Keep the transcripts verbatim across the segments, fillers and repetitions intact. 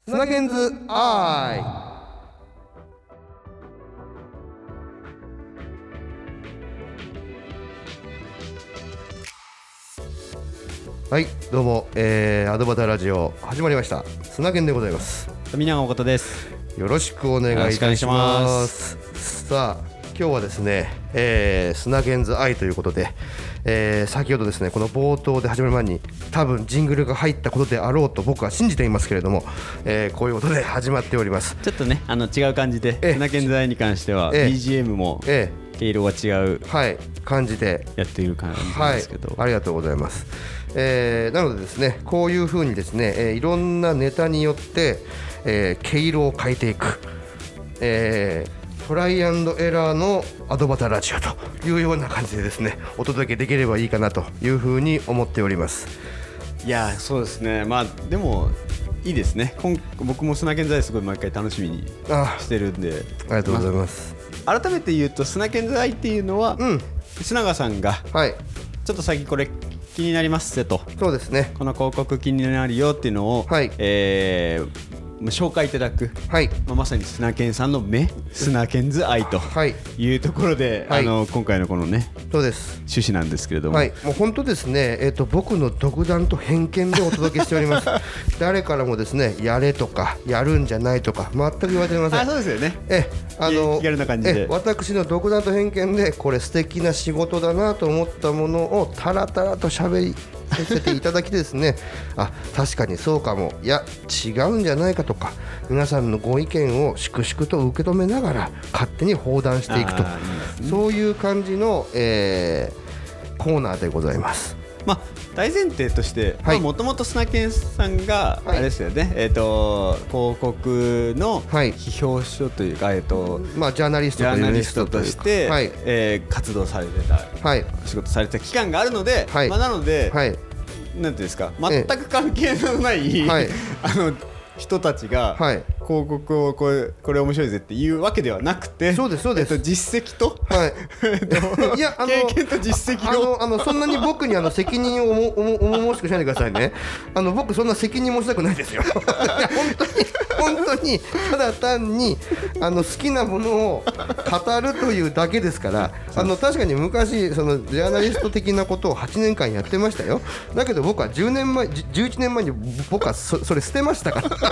スナケンズアイ。はい、どうも、えー、アドバタラジオ始まりました。スナケンでございます。 富永誠です。 よろしくお願いいたします。さあ、今日はですね、えー、スナケンズアイということで、えー、先ほどですね、この冒頭で始まる前に多分ジングルが入ったことであろうと僕は信じていますけれども、えー、こういうことで始まっております。 ちょっとね、あの違う感じで、スナケンズアイに関しては ビージーエム も毛色が違う、 はい、感じでやっている感じなんですけど、 はい、ありがとうございます。えー、なのでですね、こういう風にですね、えー、いろんなネタによって、えー、毛色を変えていく、えー、トライアンドエラーのアドバタラジオというような感じでですね、お届けできればいいかなという風に思っております。 いや、そうですね。まあでもいいですね。今僕もスナケンズアイすごい毎回楽しみにしてるんで、 あ, ありがとうございます、 まあ、改めて言うとスナケンズアイっていうのは、うん、砂川さんが、はい、ちょっと先これ気になりますぜと、 そうですね、 この広告気になるよっていうのを、はい、えー紹介いただく、はい、まあ、まさにスナケンさんの目、スナケンズアイというところで、はい、あの今回のこのね、 そうです趣旨なんですけれども、 はい、もう本当ですね、えーと、僕の独断と偏見でお届けしております誰からもですね、やれとかやるんじゃないとか全く言われていません。 あ、そうですよね。 えあの気軽な感じで、 え私の独断と偏見でこれ素敵な仕事だなと思ったものをタラタラと喋りさせていただきですねあ、確かにそうかも、いや違うんじゃないかとか、皆さんのご意見を粛々と受け止めながら勝手に放談していくと、いいですね、そういう感じの、えー、コーナーでございます。 まあ、大前提としてもともとスナケンさんがあれですよね、はい、えー、と広告の批評書というか、はい、えーとまあ、ジャーナリストというジャーナリストとして、はい、えー、活動されてた、はい、仕事されてた期間があるので、はい、まあ、なので、はい、なんていうんですか、全く関係のない、はい、あの人たちが広告をこれ、これ面白いぜっていうわけではなくて、 そうですそうです、 えっと、実績と、 はい、いや、あの経験と実績を、 あのあのそんなに僕にあの責任を重々しくしないでくださいね。あの僕そんな責任持ちたくないですよいや本当に本当にただ単にあの好きなものを語るというだけですから、あの確かに昔そのジャーナリスト的なことをはちねんかんやってましたよ。だけど僕はじゅうねんまえ、じゅういちねんまえに僕は そ, それ捨てましたから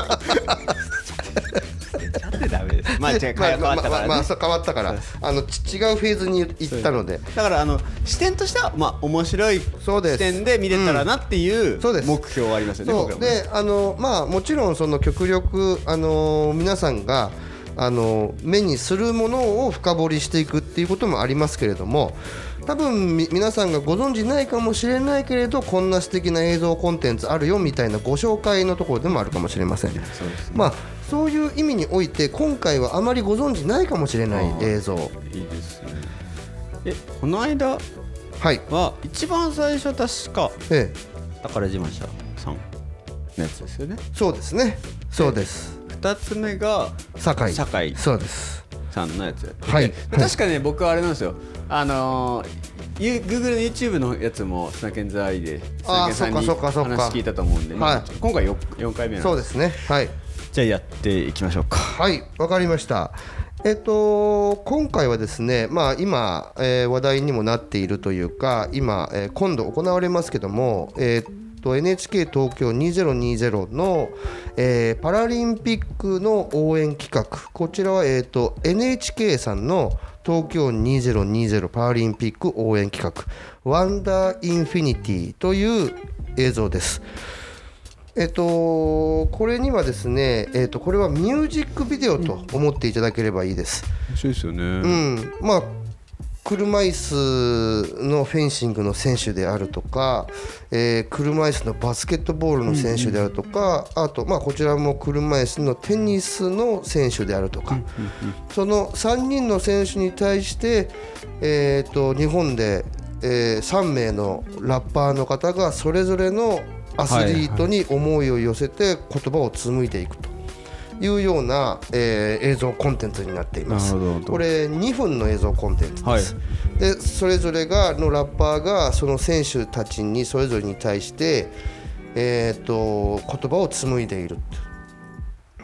ダメです。まあ、違う、変わったからね。 まあ、そう変わったから、あの違うフェーズに行ったので、 だからあの視点としては、まあ、面白い視点で見れたらなっていう目標はありますよね。 そうです。で、あの、まあ、もちろんその極力、あの皆さんがあの目にするものを深掘りしていくっていうこともありますけれども、多分皆さんがご存じないかもしれないけれど、こんな素敵な映像コンテンツあるよみたいなご紹介のところでもあるかもしれません。そうですね。まあ、そういう意味において今回はあまりご存じないかもしれない映像。 いいですね。え、この間は一番最初確か、ええ、宝島社さんのやつですよね。 そうですね、そうです。 ふたつめが堺堺そうですさんのやつやってて、 はい、 確かね、僕はあれなんですよ、あのー、Google の YouTube のやつもスナケンズアイでスナケンさんに話聞いたと思うんで、はい、今回 よんかいめなんです。 そうですね、はい、 じゃあやっていきましょうか。 はい、わかりました。えっと、今回はですね、まあ、今、えー、話題にもなっているというか、今、えー、今度行われますけども、えーエヌエイチケー 東京にせんにじゅうの、えー、パラリンピックの応援企画、こちらは、えー、と エヌエイチケー さんの東京にせんにじゅうパラリンピック応援企画ワンダーインフィニティという映像です。えっと、これにはですね、えっと、これはミュージックビデオと思っていただければいいです。 面白いですよね。うん、まあ車椅子のフェンシングの選手であるとか、えー、車椅子のバスケットボールの選手であるとか、うんうん、あと、まあ、こちらも車椅子のテニスの選手であるとか、うんうんうん、そのさんにんの選手に対して、えー、と日本で、えー、さんめいのラッパーの方がそれぞれのアスリートに思いを寄せて言葉を紡いでいくというような、えー、映像コンテンツになっています。これにふんの映像コンテンツです、はい、でそれぞれがのラッパーがその選手たちにそれぞれに対して、えー、と言葉を紡いでいる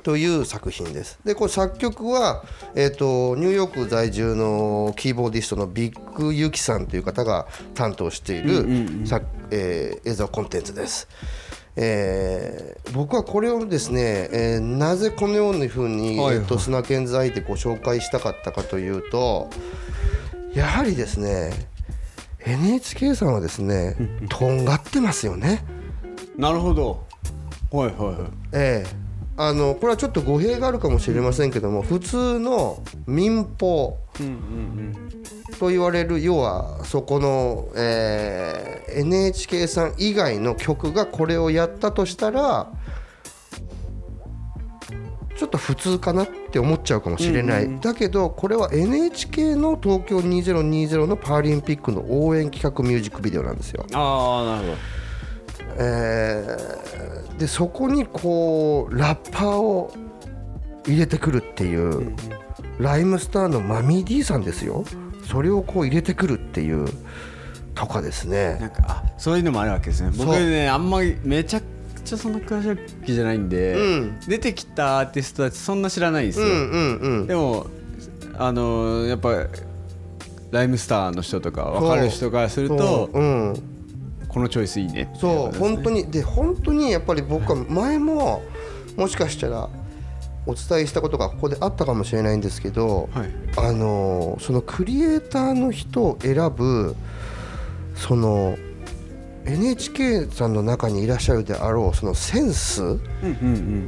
という作品です。でこれ作曲は、えーと、ニューヨーク在住のキーボーディストのビッグユキさんという方が担当している、うんうんうんえー、映像コンテンツです。えー、僕はこれをですね、えー、なぜこのような風に、はいはいえー、とスナケンズアイでご紹介したかったかというと、やはりですね エヌエイチケー さんはですねとんがってますよね。 なるほど。はいはいはい。 えーあのこれはちょっと語弊があるかもしれませんけども、普通の民放と言われる、要はそこの、えー、エヌエイチケー さん以外の局がこれをやったとしたらちょっと普通かなって思っちゃうかもしれない、うんうん、だけどこれは エヌエイチケー の東京にせんにじゅうのパラリンピックの応援企画ミュージックビデオなんですよ。 ああなるほど。 えー、でそこにこうラッパーを入れてくるっていう、うんうん、ライムスターのマミー D さんですよ。それをこう入れてくるっていうとかですね。 なんかあそういうのもあるわけですね。僕ねあんまりめちゃくちゃそんな詳しいわけじゃないんで、うん、出てきたアーティストたちそんな知らないんですよ、うんうんうん、でもあのやっぱライムスターの人とか分かる人からするとこのチョイスいいねってそう、ね、本当にで本当にやっぱり僕は前ももしかしたらお伝えしたことがここであったかもしれないんですけど、はい、あのそのクリエイターの人を選ぶその エヌエイチケー さんの中にいらっしゃるであろうそのセンス、うんうんうん、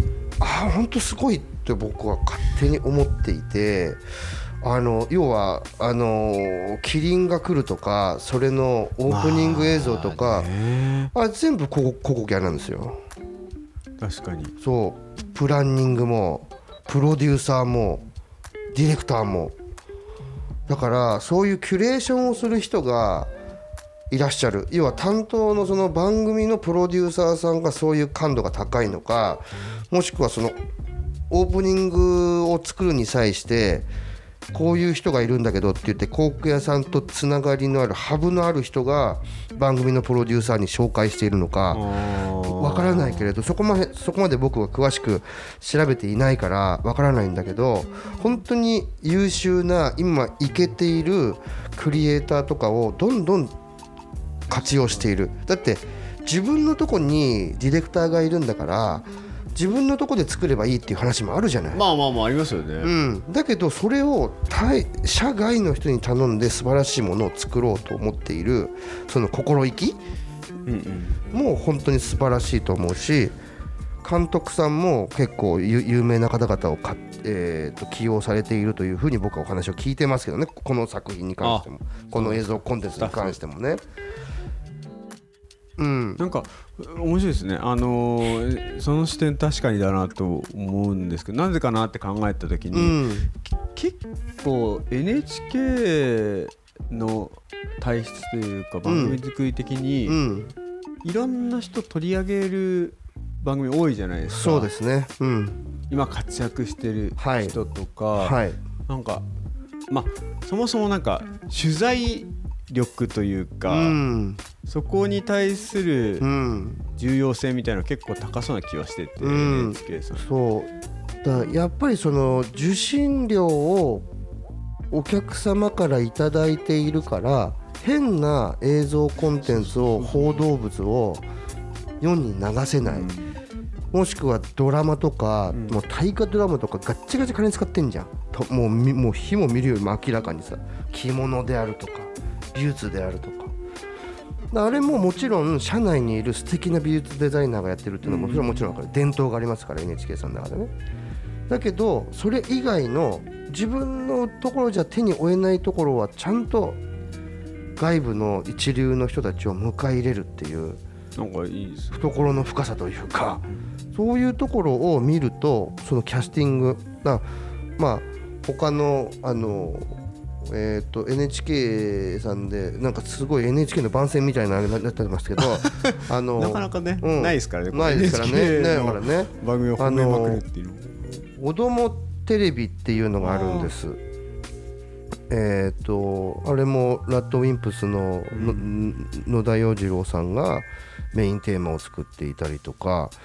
あ本当すごいって僕は勝手に思っていて、あの要はあのキリンが来るとかそれのオープニング映像とか、まあ、あ全部広告ギャラなんですよ。 確かにそうプランニングもプロデューサーもディレクターもだからそういうキュレーションをする人がいらっしゃる。要は担当のその番組のプロデューサーさんがそういう感度が高いのか、もしくはそのオープニングを作るに際してこういう人がいるんだけどって言って広告屋さんとつながりのあるハブのある人が番組のプロデューサーに紹介しているのかわからないけれど、そこまでそこまで僕は詳しく調べていないからわからないんだけど、本当に優秀な今イケているクリエイターとかをどんどん活用している。だって自分のとこにディレクターがいるんだから自分のとこで作ればいいっていう話もあるじゃない。 まあまあまあありますよね、 うん、だけどそれを対社外の人に頼んで素晴らしいものを作ろうと思っているその心意気、うんうん、もう本当に素晴らしいと思うし、監督さんも結構有名な方々をか、えー、と起用されているというふうに僕はお話を聞いてますけどね、この作品に関してもこの映像コンテンツに関してもね。 うん、なんか面白いですね。あのー、その視点確かにだなと思うんですけど、なぜかなって考えた時に、うん、結構 エヌエイチケー の体質というか番組作り的に、うんうん、いろんな人取り上げる番組多いじゃないですか。 そうですね、うん、 今活躍してる人とか、はいはい、なんかまあそもそもなんか取材力というか、うん、そこに対する重要性みたいなの結構高そうな気はしてて、うん、エヌエイチケー さんそうだやっぱりその受信料をお客様からいただいているから変な映像コンテンツを報道物を世に流せない、うん、もしくはドラマとか、うん、もう大河ドラマとかガッチガチ金使ってんじゃんと、もう、もう火も見るよりも明らかにさ、着物であるとか美術であるとか、あれももちろん社内にいる素敵な美術デザイナーがやってるっていうのもそれはもちろん分かる、伝統がありますから エヌエイチケー さんの中でね。だけどそれ以外の自分のところじゃ手に負えないところはちゃんと外部の一流の人たちを迎え入れるっていうなんかいいですね、 懐の深さというか、そういうところを見るとそのキャスティングだ、まあ他のあのえー、と エヌエイチケー さんでなんかすごい エヌエイチケー の番宣みたいなのになってますけどあのなかなかね、うん、ないですからね、 ないですからね、ねだからね番組を褒めまくるっていうの子どもテレビっていうのがあるんです。えー、とあれもラッドウィンプス の, の野田洋次郎さんがメインテーマを作っていたりとか、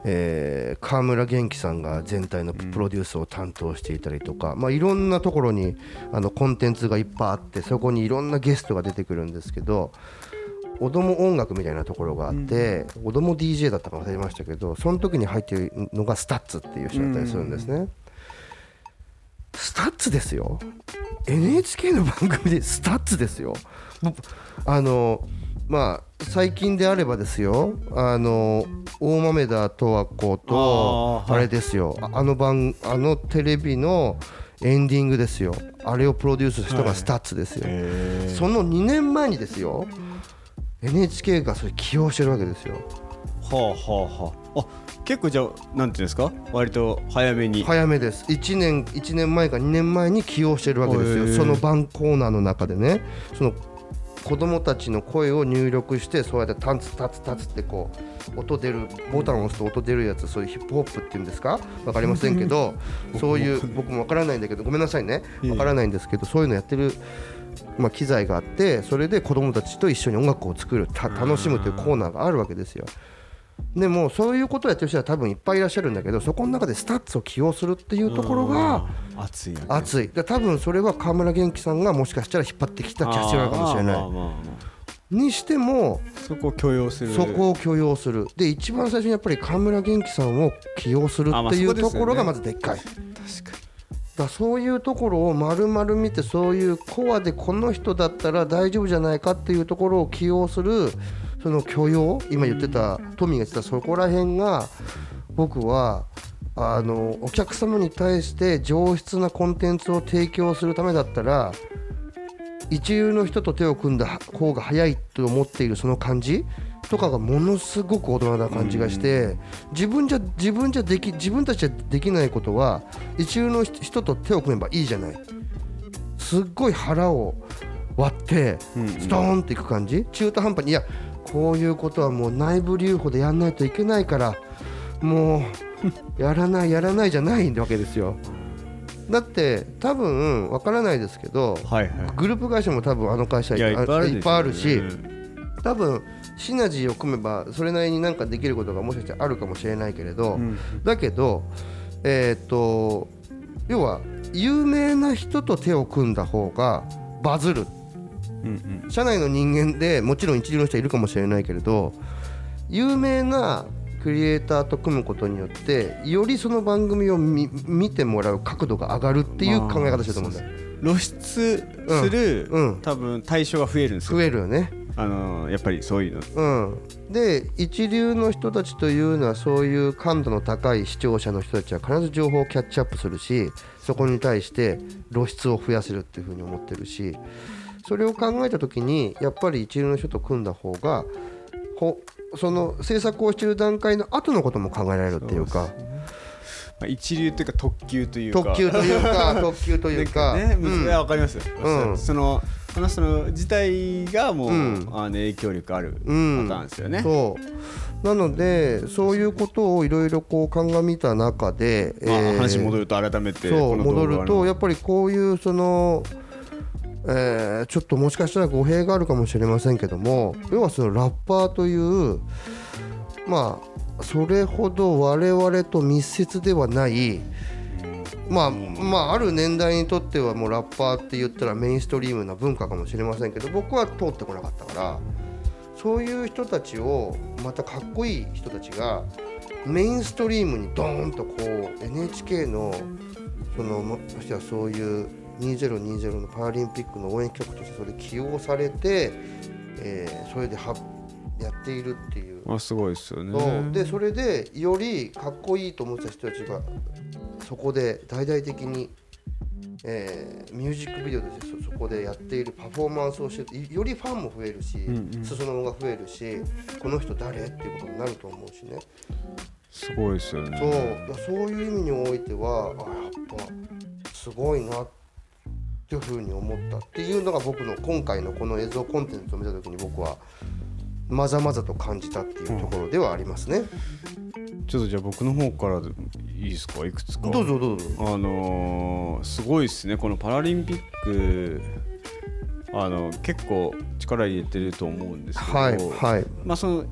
えー、川村元気さんが全体のプロデュースを担当していたりとか、まあ、いろんなところにあのコンテンツがいっぱいあって、そこにいろんなゲストが出てくるんですけど、おども音楽みたいなところがあって、うん、おども ディージェー だったか忘れましたけど、その時に入っているのがスタッツっていう人だったりするんですね、うん、スタッツですよ。 エヌエイチケー の番組でスタッツですよ。あのまあ最近であればですよ、あの大豆田十和子とあれですよ、あの番あのテレビのエンディングですよ、あれをプロデュースした人がスタッツですよ、はい、そのにねんまえにですよ エヌエイチケー がそれ起用してるわけですよ。 はあはあはあ。あ、結構じゃあなんていうんですか、割と早めに。 早めです。いちねんいちねんまえかにねんまえに起用してるわけですよ。その番コーナーの中でね、その子供たちの声を入力して、そうやってタンツタツタツってこう音出る、ボタンを押すと音出るやつ、そういうヒップホップっていうんですか、分かりませんけどそういう、僕も分からないんだけどごめんなさいね、分からないんですけど、そういうのやってる、まあ、機材があって、それで子供たちと一緒に音楽を作る、た楽しむというコーナーがあるわけですよ。でもそういうことをやってる人は多分いっぱいいらっしゃるんだけど、そこの中でスタッツを起用するっていうところが熱いよね。 熱い。で多分それは川村元気さんがもしかしたら引っ張ってきたキャッチなのかもしれない。にしてもそこを許容する。 そこを許容する。で一番最初にやっぱり川村元気さんを起用するっていうところがまずでっかい。確かに。だそういうところを丸々見て、そういうコアでこの人だったら大丈夫じゃないかっていうところを起用する、その許容、今言ってたトミーが言ってたそこら辺が、僕はあのお客様に対して上質なコンテンツを提供するためだったら、一流の人と手を組んだ方が早いと思っているその感じとかがものすごく大人な感じがして、自分じゃ自分じゃでき自分たちじゃできないことは一流の人と手を組めばいいじゃない。すっごい腹を割ってストーンっていく感じ、中途半端に、いやこういうことはもう内部留保でやんないといけないからもうやらないやらないじゃないわけですよ。だって多分わからないですけど、はいはい、グループ会社も多分あの会社いっぱいあるし、多分シナジーを組めばそれなりになんかできることがもしかしたらあるかもしれないけれど、うん、だけどえー、っと要は有名な人と手を組んだ方がバズる、うんうん、社内の人間でもちろん一流の人はいるかもしれないけれど、有名なクリエイターと組むことによってよりその番組を 見, 見てもらう角度が上がるっていう考え方してると思うんだよ。 露出する、うんうん、多分対象が増えるんですよ。 増えるよね、 あのー、やっぱりそういうの、 うん、で一流の人たちというのはそういう感度の高い視聴者の人たちは必ず情報をキャッチアップするし、そこに対して露出を増やせるっていうふうに思ってるし、それを考えた時にやっぱり一流の人と組んだ方がほその制作をしている段階の後のことも考えられるっていうか、 まあ、一流というか特級というか特級というか特級というかね、うん、分かりますよ、うん、そのこの人の自体がもう、うん、あの影響力あるパターンですよね、うん、 そうなのでそういうことをいろいろこう鑑みた中で、 まあえー、話戻ると改めてそう戻るとやっぱりこういうそのえー、ちょっともしかしたら語弊があるかもしれませんけども、要はそのラッパーというまあそれほど我々と密接ではないまあまあある年代にとってはもうラッパーって言ったらメインストリームな文化かもしれませんけど、僕は通ってこなかったから、そういう人たちをまたかっこいい人たちがメインストリームにドーンとこう エヌエイチケー のそのもしくはそういうにせんにじゅうのパラリンピックの応援曲としてそれで起用されて、えー、それではやっているっていう。 あ、すごいですよね。 そうでそれでよりかっこいいと思ってた人たちがそこで大々的に、えー、ミュージックビデオで そ, そこでやっているパフォーマンスをしてよりファンも増えるし、うんうん、裾野が増えるし、この人誰っていうことになると思うしね。 すごいですよね。 そうそういう意味においてはあやっぱすごいなっていうふうに思ったっていうのが僕の今回のこの映像コンテンツを見た時に僕はまざまざと感じたっていうところではありますね、 うん、ちょっとじゃあ僕の方からいいですか、いくつか。 どうぞどうぞ。 あのー、すごいですね、このパラリンピックあの結構力入れてると思うんですけど、 はいはい、 まあその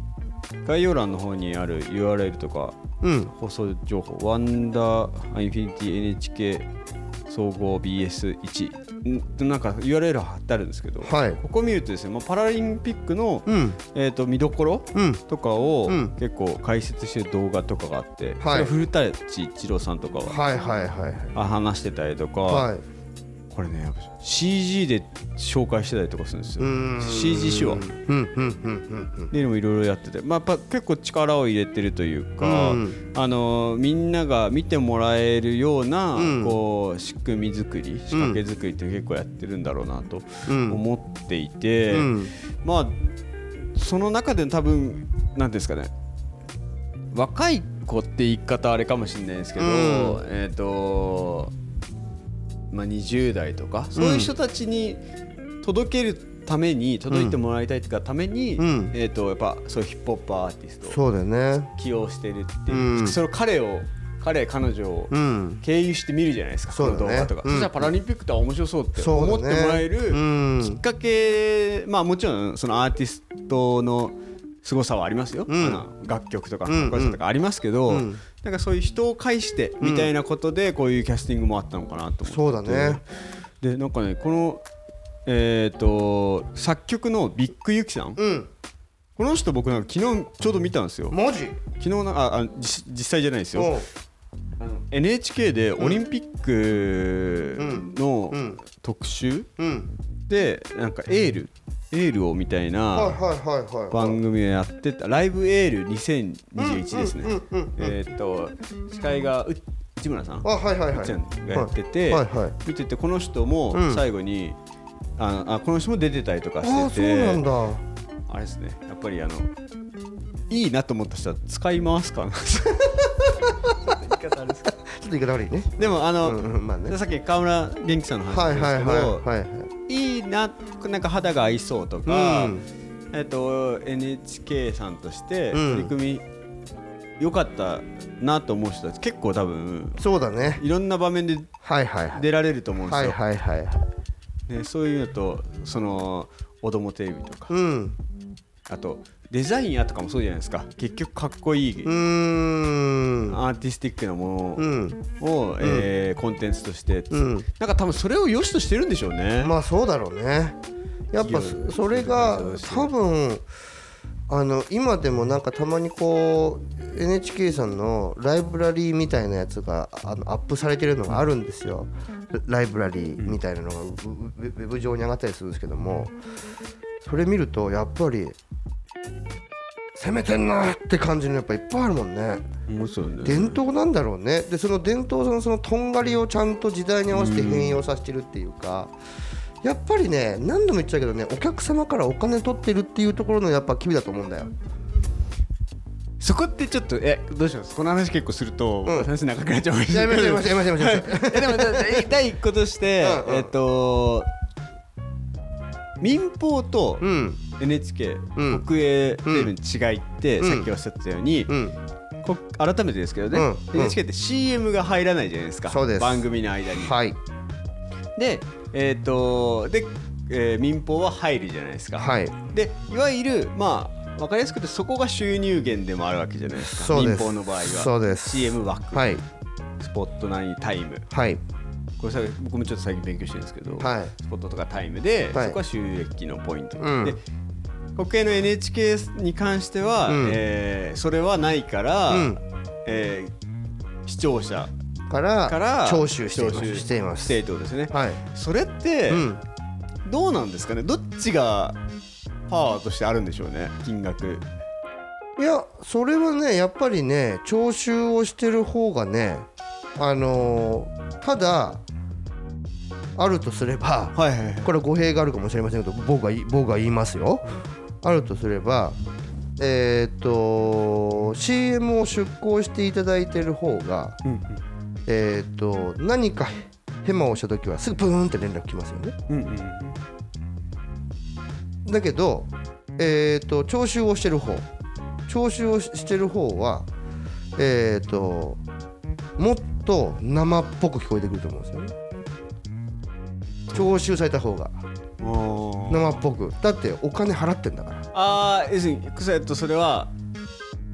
概要欄の方にある ユーアールエル とか、うん、放送情報ワンダーインフィニティ エヌエイチケー 総合 ビーエスワン なんか ユーアールエル 貼ってあるんですけど、はい、ここ見るとですね、まあ、パラリンピックの、うん、えーと見どころ、うん、とかを、うん、結構解説してる動画とかがあって、はい、それ古舘一郎さんとかが、はいはいはいはい、話してたりとか、はい、これねやっぱ シージー で紹介してたりとかするんですよ。 シージー 手話っていうのもいろいろやってて、まあ、やっぱ結構力を入れてるというか、うん、あのみんなが見てもらえるような、うん、こう仕組み作り仕掛け作りって結構やってるんだろうなと思っていて、うん、まあその中で多分何ですかね、若い子って言い方あれかもしれないですけど、うん、えっとまあ、にじゅう代とかそういう人たちに届けるために、うん、届いてもらいたいというかために、うん、えーとやっぱそういうヒップホップアーティストを起用してるっていう、うん、その彼を彼彼女を経由して見るじゃないですか、うん、その動画とか、そしたらパラリンピックって面白そうって思ってもらえるきっかけ、まあもちろんそのアーティストの凄さはありますよ、うん、あの楽曲とかかっこよさとかありますけど、うん、なんかそういう人を介してみたいなことでこういうキャスティングもあったのかなと思って、 そうだね。 でなんかねこの、えー、と作曲のビッグユキさん、うん、この人僕なんか昨日ちょうど見たんですよ。 マジ？ 昨日なああ実際じゃないですよ。あの エヌエイチケー でオリンピックの特集でなんかエールエールをみたいな番組をやってたライブエールにせんにじゅういちですね。えっと司会が内村さんがやってて見てて、この人も最後にああこの人も出てたりとかしてて、あれですね、やっぱりあのいいなと思った人は使い回すかな。 言い方あれですか。ちょっと言い方悪いね。 でもあの、うんうんまあね、さっき川村元気さんの話ですけど、いいな、なんか肌が合いそうとか、うん、えっと エヌエイチケー さんとして取り組み良かったなと思う人たち結構多分そうだね。 いろんな場面で出られると思うんですよ。 はいはいはいはい、 ね、そういうのとそのおどもテレビとか、うん、あとデザインやとかもそうじゃないですか。結局かっこいいうーんアーティスティックなものを、うんえー、コンテンツとして、うん、なんか多分それを良しとしてるんでしょうね。 まあそうだろうね。やっぱそれが多分あの今でもなんかたまにこう エヌエイチケー さんのライブラリーみたいなやつがあのアップされてるのがあるんですよ。ライブラリーみたいなのがウェブ上に上がったりするんですけども、それ見るとやっぱり攻めてんなって感じのやっぱいっぱいあるもんね。 もうそうね。 伝統なんだろうね。でその伝統のそのとんがりをちゃんと時代に合わせて変容させてるっていうか、やっぱりね何度も言っちゃうけどね、お客様からお金取ってるっていうところのやっぱ機微だと思うんだよ。 そこってちょっとえどうします？この話結構すると、うん、話長くなっちゃうかもしれない。やめましょうやめましょうやめましょう。 でも第一個としてうん、えっと民放と エヌエイチケー、うん、国営テレビの違いって、うん、さっきおっしゃってたように、うん、こ改めてですけどね、うん、エヌエイチケー って シーエム が入らないじゃないですか。 そうです。 番組の間に。 はい。 で、えーとでえー、民放は入るじゃないですか。 はい。 でいわゆるまあ分かりやすくてそこが収入源でもあるわけじゃないですか。そうです。民放の場合はそうです。 シーエム 枠、はい、スポットナインタイム、 はい、 これさ僕もちょっと最近勉強してるんですけど、はい、スポットとかタイムで、はい、そこは収益のポイント、うん、で国営の エヌエイチケー に関しては、うんえー、それはないから、うんえー、視聴者からから徴収しています。しています。 しているですね。はい、それって、うん、どうなんですかね。どっちがパワーとしてあるんでしょうね、金額。 いやそれはねやっぱりね徴収をしてる方がねあのー、ただあるとすれば、はいはいはい、これは語弊があるかもしれませんけど僕が僕が言いますよ。あるとすればえっ、ー、と シーエム を出稿していただいてる方が、うんうん、えっ、ー、と何かヘマをした時はすぐプーンって連絡来ますよね、うんうんうん、だけどえっ、ー、と徴収をしてる方徴収をしてる方はえっ、ともっと生っぽく聞こえてくると思うんですよね。徴収された方が生っぽく、だってお金払ってんだから。 ああ、要するにそれは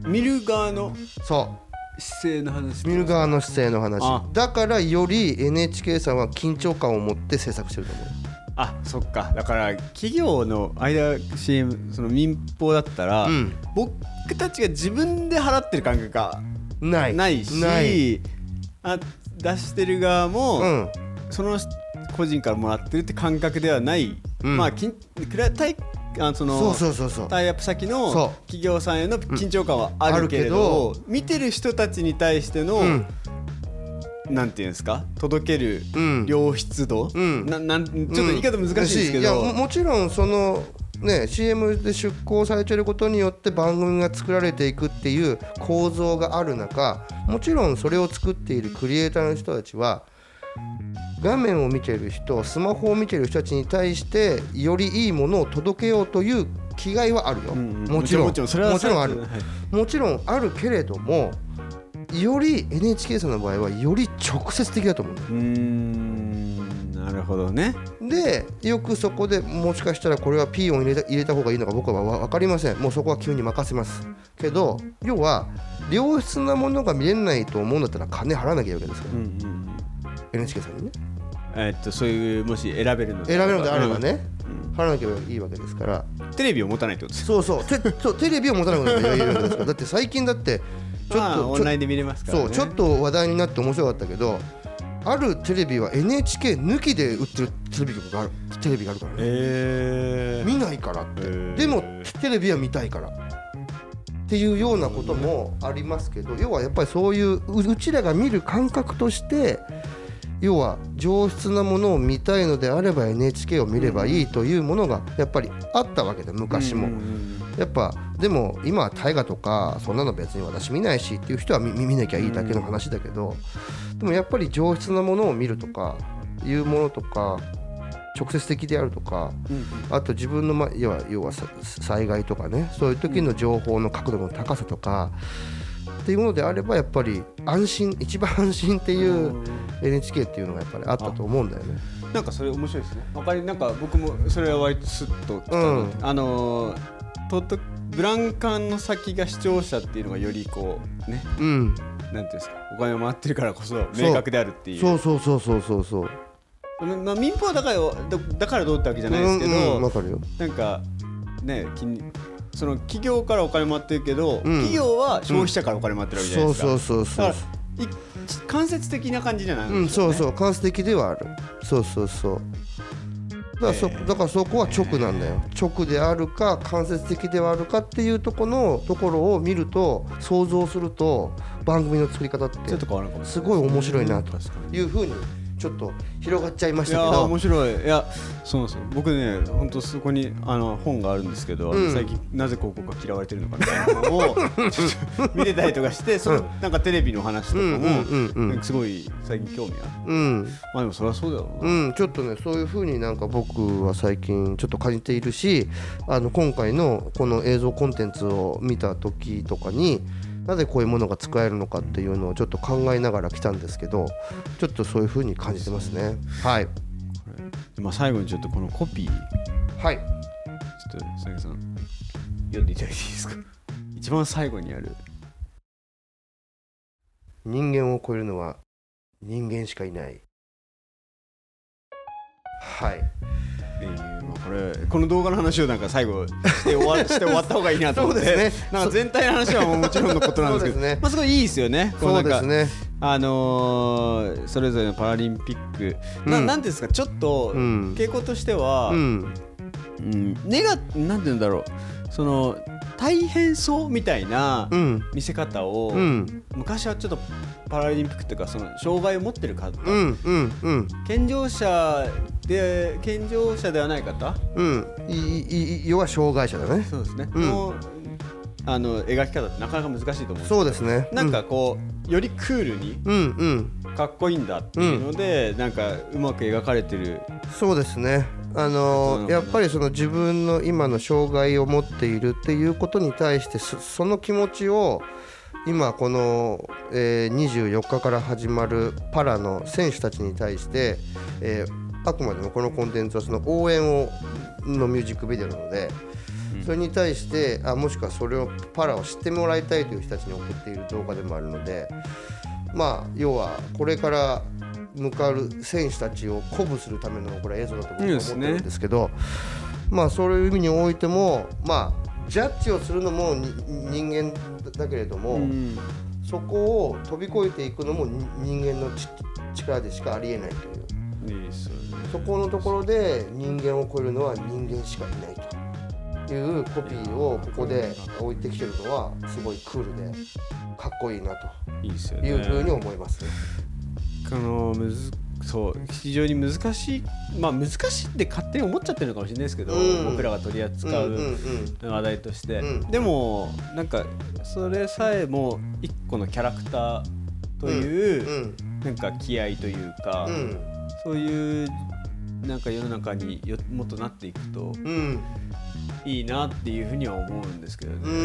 見る側のそう姿勢の話、 見る側の姿勢の話だからより エヌエイチケー さんは緊張感を持って制作してると思う。 あ、そっか。だから企業の間 シーエム その民放だったら、うん、僕たちが自分で払ってる感覚がない、ないしないあ出してる側も、うん、その個人からもらってるって感覚ではない、うん、まあきんタイあそのそうそうそうそうタイアップ先の企業さんへの緊張感はあるけれど、うん、見てる人たちに対しての、うん、なんていうんですか、届ける良質度、うん、ななんちょっと言い方難しいですけど、 うん、いや も, もちろんそのね シーエム で出稿されていることによって番組が作られていくっていう構造がある中、もちろんそれを作っているクリエイターの人たちは画面を見ている人、スマホを見ている人たちに対してよりいいものを届けようという気概はあるよ、うんうん、もちろんもちろんそれはもちろんある、はい、もちろんあるけれども、より エヌエイチケー さんの場合はより直接的だと思うんだよ。 うーん、なるほどね。 でよくそこでもしかしたらこれは P 音入れた、入れた方がいいのか僕は分かりません。もうそこは急に任せますけど、要は良質なものが見れないと思うんだったら金払わなきゃいけないわけですから、うんうん、エヌエイチケー さんにね、 えー、っとそういうもし選べるので選べるのであればね、うん、払わなきゃいいわけですから、 テレビを持たないってことですか。そうそうてそうテレビを持たないことがいいわけですからだって最近だってちょっとオンラインで見れますからね。 そうちょっと話題になって面白かったけど、あるテレビは エヌエイチケー 抜きで売ってるテレビ局があるテレビがあるからね、えー、見ないからって、えー、でもテレビは見たいからっていうようなこともありますけど、要はやっぱりそういううちらが見る感覚として、要は上質なものを見たいのであれば エヌエイチケー を見ればいいというものがやっぱりあったわけで、昔もやっぱ。でも今は大河とかそんなの別に私見ないしっていう人は 見, 見なきゃいいだけの話だけど、でもやっぱり上質なものを見るとかいうものとか直接的であるとか、あと自分の、ま、要は、要は災害とかね、そういう時の情報の角度の高さとかっていうものであればやっぱり安心、一番安心っていう エヌエイチケー っていうのがやっぱりあったと思うんだよね。 なんかそれ面白いですね。わかり、なんか僕もそれは割とスッときた、うん、あのととブランカンの先が視聴者っていうのがよりこうね、うん、なんていうんですか、お金を回ってるからこそ明確であるっていう。 そうそうそうそうそうそう。 まあ、民放だからだからどうってわけじゃないですけど、うんうん、 わかるよ。 なんかね、その企業からお金回ってるけど、うん、企業は消費者からお金回ってるわけじゃないですか、 うん、そうそうそうそう。 だから間接的な感じじゃないんですよね、うん、そうそう、間接的ではある。そうそうそう。だから そ, だからそこは直なんだよ。直であるか間接的ではあるかっていうところのところを見ると、想像すると番組の作り方ってすごい面白いなというふうにちょっと広がっちゃいましたけど。 いや面白い。いやそうなんですよ。僕ね、本当そこにあの本があるんですけど、うん、最近なぜ広告が嫌われてるのかみたいなのをちょっと見てたりとかして、そのなんかテレビの話とかもすごい最近興味ある、うん、まあでもそれはそうだろうな、 うん、ちょっとねそういう風になんか僕は最近ちょっと感じているし、あの今回のこの映像コンテンツを見た時とかになぜこういうものが使えるのかっていうのをちょっと考えながら来たんですけど、ちょっとそういう風に感じてますね。はい。 まあ、最後にちょっとこのコピー、 はい、 ちょっと佐々木さん読んでいただいていいですか。一番最後にある、 人間を超えるのは人間しかいない。はい。 っていう、まあ、これこの動画の話をなんか最後して終わして終わった方がいいなと思ってそうですね、なんか全体の話はもちろんのことなんですけどそうですね、まあ、すごいいいですよね。 そうですね、 あのー、それぞれのパラリンピック、うん、な, なんですかちょっと傾向としては、うんうん、ネガなんていうんだろう、その大変そうみたいな見せ方を、うん、昔はちょっとパラリンピックっていうかその障害を持ってる方、うんうんうん、健常者で健常者ではない方、 うん、いい要は障害者だね。 そうですね、うん、のあの描き方ってなかなか難しいと思うんですけど、 そうですね、 なんかこうよりクールに、うんうん、かっこいいんだっていうので、うん、なんかうまく描かれてる。 そうですね、あのやっぱりその自分の今の障害を持っているっていうことに対して そ, その気持ちを今この、えー、にじゅうよっかから始まるパラの選手たちに対して、えー、あくまでもこのコンテンツはその応援をのミュージックビデオなので、 うん、それに対してあもしくはそれをパラを知ってもらいたいという人たちに送っている動画でもあるので、まあ要はこれから向かう選手たちを鼓舞するためのこれ映像だと僕は思ってるんですけど、まあそういう意味においてもまあジャッジをするのも人間だけれども、うん、そこを飛び越えていくのも人間の力でしかありえないという、いいですよね、そこのところで人間を超えるのは人間しかいないというコピーをここで置いてきてるのはすごいクールでかっこいいなというふうに思います。 あのむずそう非常に難しい、まあ難しいって勝手に思っちゃってるのかもしれないですけど、うん、僕らが取り扱う話題として、うんうんうん、でもなんかそれさえも一個のキャラクターという、うん、なんか気合というか、うん、そういうなんか世の中によもっとなっていくと、うん、いいなっていうふうには思うんですけどね。うん、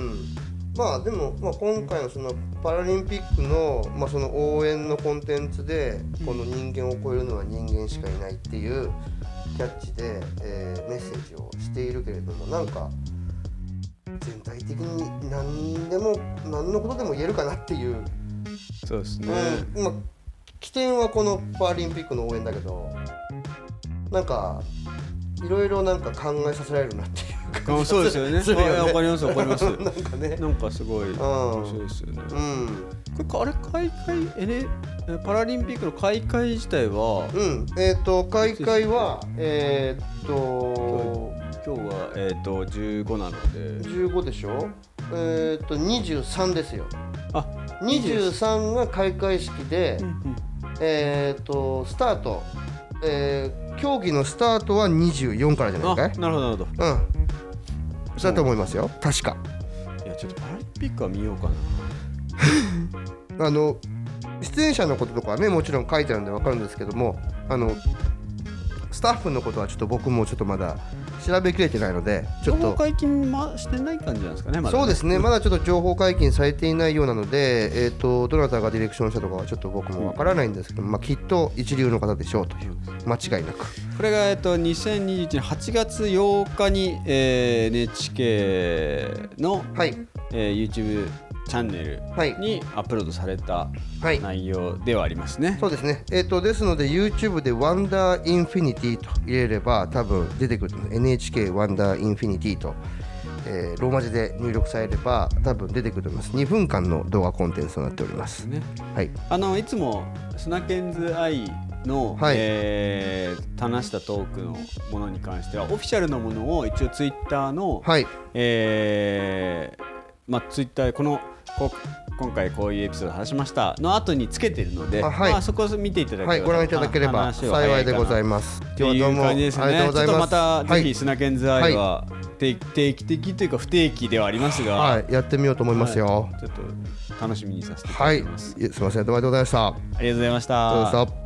まあでも、まあ、今回のそのパラリンピックの、まあ、その応援のコンテンツでこの人間を超えるのは人間しかいないっていうキャッチで、えー、メッセージをしているけれども、なんか全体的に何でも何のことでも言えるかなっていう。 そうですね、 うん、まあ、起点はこのパラリンピックの応援だけど、なんかいろいろなんか考えさせられるなっていう感じ。 そうですよね。 するよね。 わかりますわかります。 なんかね。 なんかすごい面白いですよね。うん。これあれ開会エネパラリンピックの開会自体は、 うん。えっ、ー、と開会はえっ、ー、と今日はえっ、ー、とじゅうごなので。 じゅうごでしょ。えっ、ー、とにじゅうさんですよ。あ、にじゅうさんが開会式で、うんうん、えっ、ー、とスタート。えー、競技のスタートはにじゅうよんからじゃないかい。 なるほどなるほど。 うん。そうだと思いますよ。確か。 いやちょっとパラリンピックは見ようかな。あの出演者のこととかはねもちろん書いてあるんで分かるんですけども、あのスタッフのことはちょっと僕もちょっとまだ調べきれてないので、ちょっと情報解禁ましてない感じなんですかね。まだね。 そうですね。まだちょっと情報解禁されていないようなので、えっとどなたがディレクションしたとかはちょっと僕もわからないんですけど、まあきっと一流の方でしょうという間違いなく。 これがえっとにせんにじゅういちねんはちがつようかに、えー、エヌエイチケー の、はい、えー、YouTubeチャンネルにアップロードされた内容ではありますね。 はい、そうですね。えーと、ですので YouTube で Wonder Infinity と入れれば多分出てくると思う。エヌエイチケー Wonder Infinity と、えー、ローマ字で入力されれば多分出てくると思います。にふんかんの動画コンテンツとなっております。ね、はい。 あのいつもスナケンズアイの、はい、えー、話したトークのものに関してはオフィシャルのものを一応 Twitter の、はい、えー、まあ Twitter このこ今回こういうエピソード話しましたの後につけてるので、はい、まあ、そこを見ていただければ、 はい、ご覧いただければ幸いでございます。 今日はどうもありがとうございます。ちょっとまたぜひスナケンズアイは定期的というか不定期ではありますが、 はい、やってみようと思いますよ。 はい、ちょっと楽しみにさせていただきます。 はい、すみません、どうもありがとうございました。ありがとうございました。